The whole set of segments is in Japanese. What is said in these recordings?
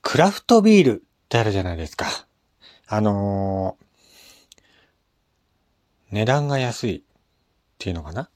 クラフトビールってあるじゃないですか。値段が安いっていうのかな。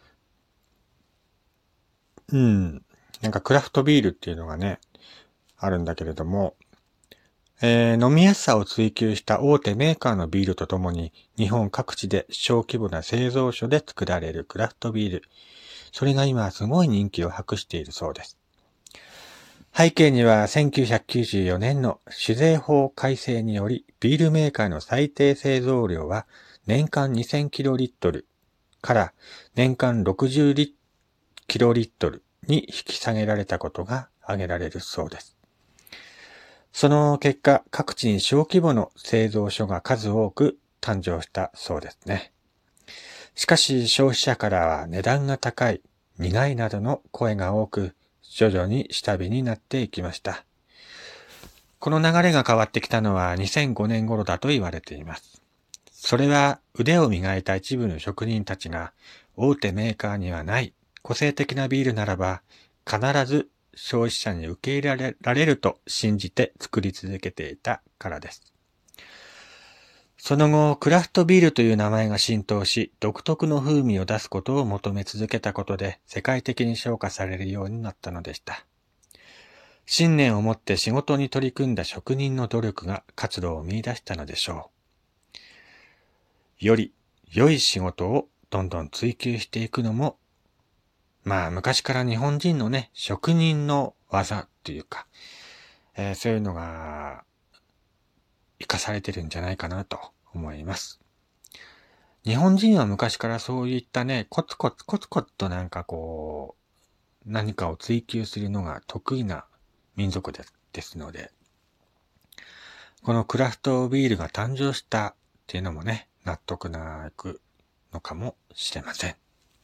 なんかクラフトビールっていうのがね、あるんだけれども、飲みやすさを追求した大手メーカーのビールとともに、日本各地で小規模な製造所で作られるクラフトビール。それが今すごい人気を博しているそうです。背景には1994年の酒税法改正により、ビールメーカーの最低製造量は年間2000キロリットルから年間60キロリットルに引き下げられたことが挙げられるそうです。その結果、各地に小規模の製造所が数多く誕生したそうですね。しかし消費者からは値段が高い、苦いなどの声が多く、徐々に下火になっていきました。この流れが変わってきたのは2005年頃だと言われています。それは腕を磨いた一部の職人たちが大手メーカーにはない個性的なビールならば必ず消費者に受け入れられると信じて作り続けていたからです。その後、クラフトビールという名前が浸透し、独特の風味を出すことを求め続けたことで世界的に評価されるようになったのでした。信念を持って仕事に取り組んだ職人の努力が活路を見出したのでしょう。より良い仕事をどんどん追求していくのも、昔から日本人のね、職人の技っていうか、そういうのが生かされてるんじゃないかなと思います。日本人は昔からそういったね、コツコツと何かを追求するのが得意な民族ですので、このクラフトビールが誕生したっていうのもね、納得なくのかもしれません。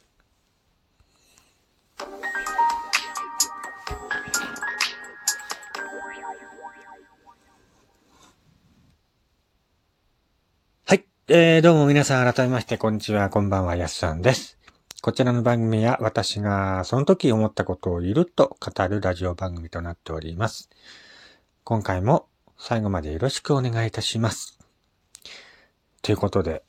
はい、どうも皆さん改めましてこんにちは、こんばんは、やすさんです。こちらの番組は私がその時思ったことをゆるっと語るラジオ番組となっております。今回も最後までよろしくお願いいたします。ということで、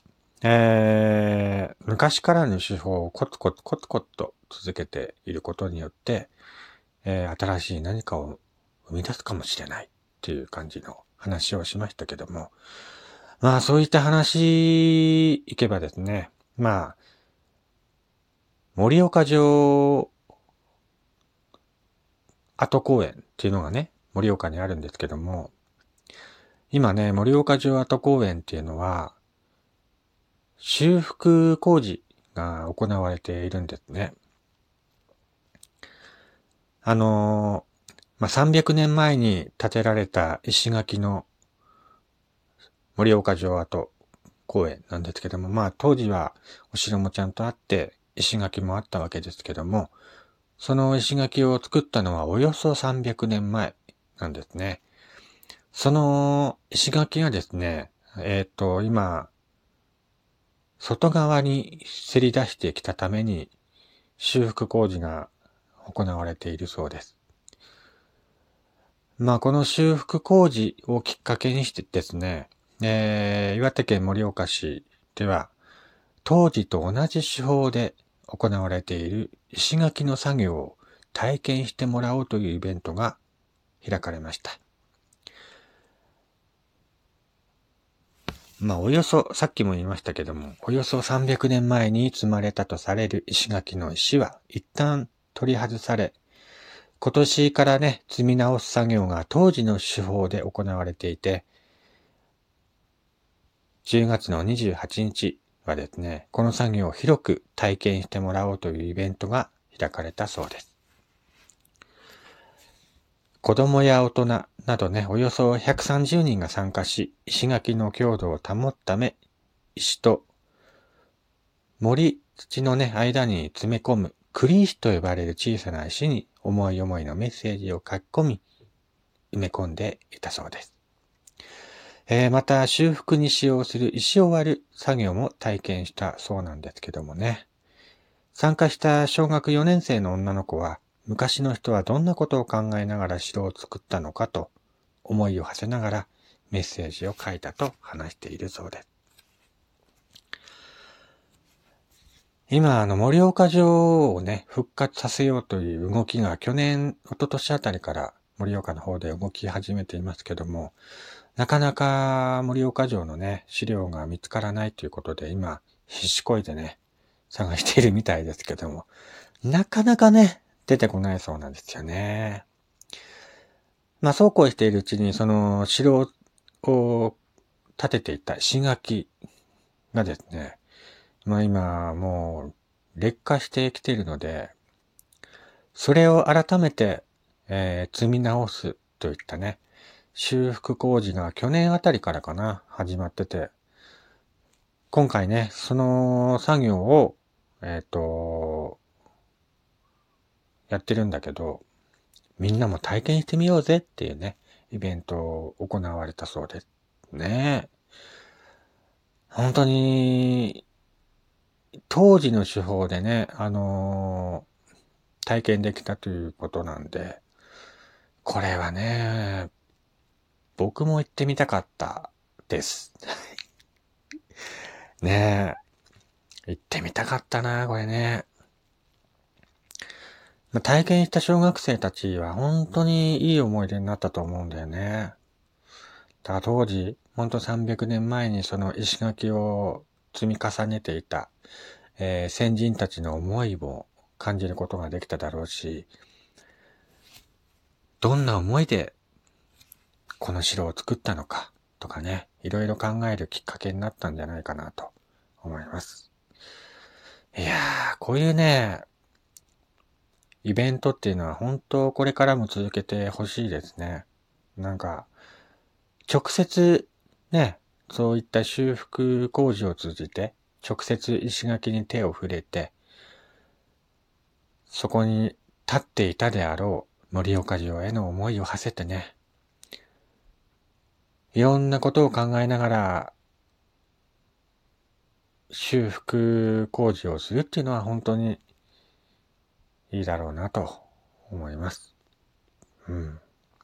昔からの手法をコツコツと続けていることによって、新しい何かを生み出すかもしれないっていう感じの話をしましたけども、そういった話いけばですね、盛岡城跡公園っていうのがね、盛岡にあるんですけども、今ね、盛岡城跡公園っていうのは、修復工事が行われているんですね。300年前に建てられた石垣の盛岡城跡公園なんですけども、当時はお城もちゃんとあって石垣もあったわけですけども、その石垣を作ったのはおよそ300年前なんですね。その石垣がですね、今、外側にせり出してきたために修復工事が行われているそうです。この修復工事をきっかけにしてですね、岩手県盛岡市では、当時と同じ手法で行われている石垣の作業を体験してもらおうというイベントが開かれました。さっきも言いましたけども、およそ300年前に積まれたとされる石垣の石は一旦取り外され、今年からね、積み直す作業が当時の手法で行われていて、10月の28日はですね、この作業を広く体験してもらおうというイベントが開かれたそうです。子供や大人などね、およそ130人が参加し、石垣の強度を保つため、石と土のね、間に詰め込む栗石と呼ばれる小さな石に思い思いのメッセージを書き込み、埋め込んでいたそうです。また修復に使用する石を割る作業も体験したそうなんですけどもね。参加した小学4年生の女の子は、昔の人はどんなことを考えながら城を作ったのかと思いを馳せながらメッセージを書いたと話しているそうです。今、盛岡城をね、復活させようという動きが去年、一昨年あたりから盛岡の方で動き始めていますけども、なかなか盛岡城のね、資料が見つからないということで、今、必死こいでね、探しているみたいですけども、なかなかね、出てこないそうなんですよね。そうこうしているうちに、その城を建てていた石垣がですね、今もう劣化してきているので、それを改めて、積み直すといったね、修復工事が去年あたりからかな、始まってて、今回ね、その作業を、やってるんだけど、みんなも体験してみようぜっていうね、イベントを行われたそうです。ねえ。本当に、当時の手法でね、体験できたということなんで、これはね、僕も行ってみたかったです。ねえ、行ってみたかったな、これね。体験した小学生たちは本当にいい思い出になったと思うんだよね。だから当時、ほんと300年前にその石垣を積み重ねていた、先人たちの思いも感じることができただろうし、どんな思いでこの城を作ったのかとかね、いろいろ考えるきっかけになったんじゃないかなと思います。いやー、こういうね、イベントっていうのは本当これからも続けてほしいですね。なんか、直接ね、そういった修復工事を通じて、直接石垣に手を触れて、そこに立っていたであろう盛岡城への思いを馳せてね、いろんなことを考えながら修復工事をするっていうのは本当にいいだろうなと思います。うん。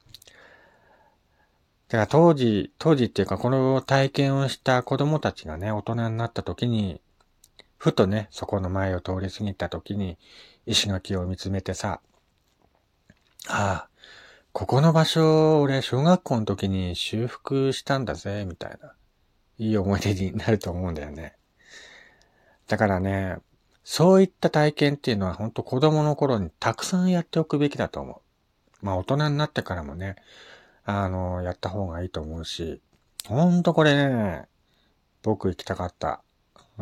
だから当時っていうかこの体験をした子供たちがね、大人になった時に、ふとね、そこの前を通り過ぎた時に、石垣を見つめてさ、ああ、ここの場所、俺、小学校の時に修復したんだぜ、みたいな、いい思い出になると思うんだよね。だからね、そういった体験っていうのは本当子供の頃にたくさんやっておくべきだと思う。大人になってからもね、やった方がいいと思うし、ほんとこれね、僕行きたかった。うん。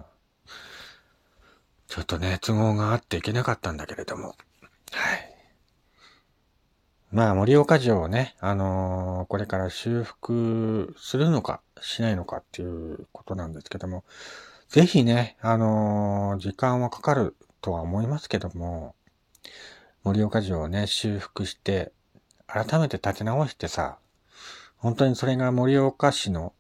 ちょっとね、都合があって行けなかったんだけれども。はい。盛岡城をね、これから修復するのか、しないのかっていうことなんですけども、ぜひね、時間はかかるとは思いますけども、盛岡城をね、修復して、改めて立て直してさ、本当にそれが盛岡市の、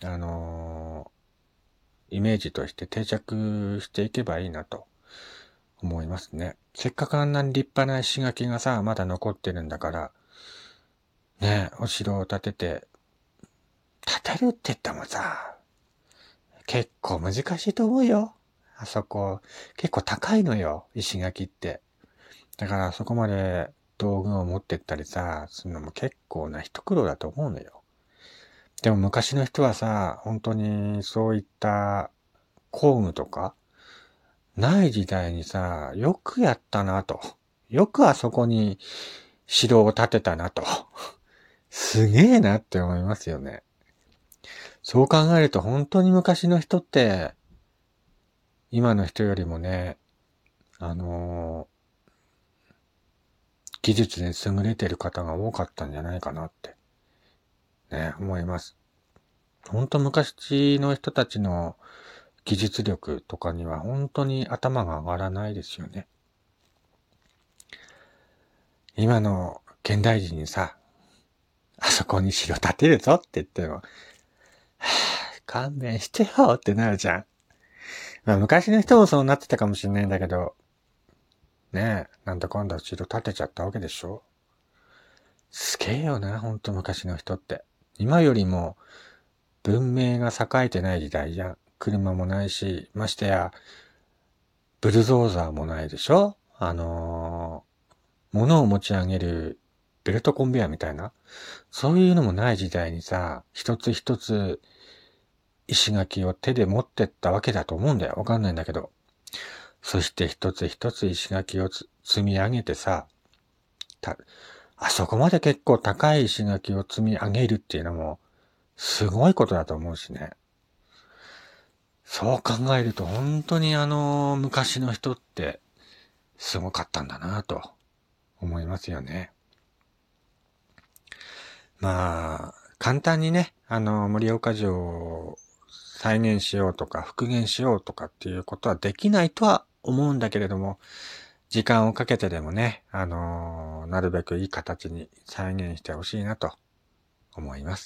イメージとして定着していけばいいなと思いますね。せっかくあんなに立派な石垣がさ、まだ残ってるんだから、ね、お城を建てて、建てるって言ってもさ、結構難しいと思うよ。あそこ、結構高いのよ、石垣って。だからそこまで道具を持ってったりさ、するのも結構な一苦労だと思うのよ。でも昔の人はさ、本当にそういった工具とか、ない時代にさ、よくやったなと。よくあそこに城を建てたなと。すげえなって思いますよね。そう考えると本当に昔の人って、今の人よりもね、あの技術に優れてる方が多かったんじゃないかなって、ね、思います。本当昔の人たちの技術力とかには本当に頭が上がらないですよね。今の現代人にさ、あそこに城建てるぞって言っても、勘弁してよってなるじゃん。昔の人もそうなってたかもしれないんだけど、ねえ、なんだかんだ城建てちゃったわけでしょ。すげえよな、ほんと昔の人って。今よりも文明が栄えてない時代じゃん。車もないし、ましてや、ブルゾーザーもないでしょ？物を持ち上げるベルトコンベヤーみたいな。そういうのもない時代にさ、一つ一つ石垣を手で持ってったわけだと思うんだよ。わかんないんだけど。そして一つ一つ石垣を積み上げてさ、あそこまで結構高い石垣を積み上げるっていうのも、すごいことだと思うしね。そう考えると本当に昔の人ってすごかったんだなと思いますよね。まあ、簡単にね、盛岡城を再現しようとか復元しようとかっていうことはできないとは思うんだけれども、時間をかけてでもね、なるべくいい形に再現してほしいなと思います。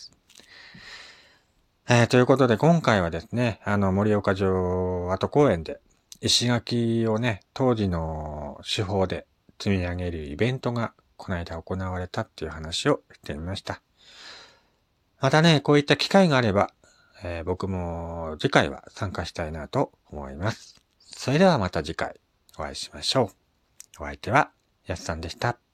ということで今回はですね、盛岡城跡公園で石垣をね、当時の手法で積み上げるイベントがこの間行われたっていう話をしてみました。またね、こういった機会があれば、僕も次回は参加したいなと思います。それではまた次回お会いしましょう。お相手はやすさんでした。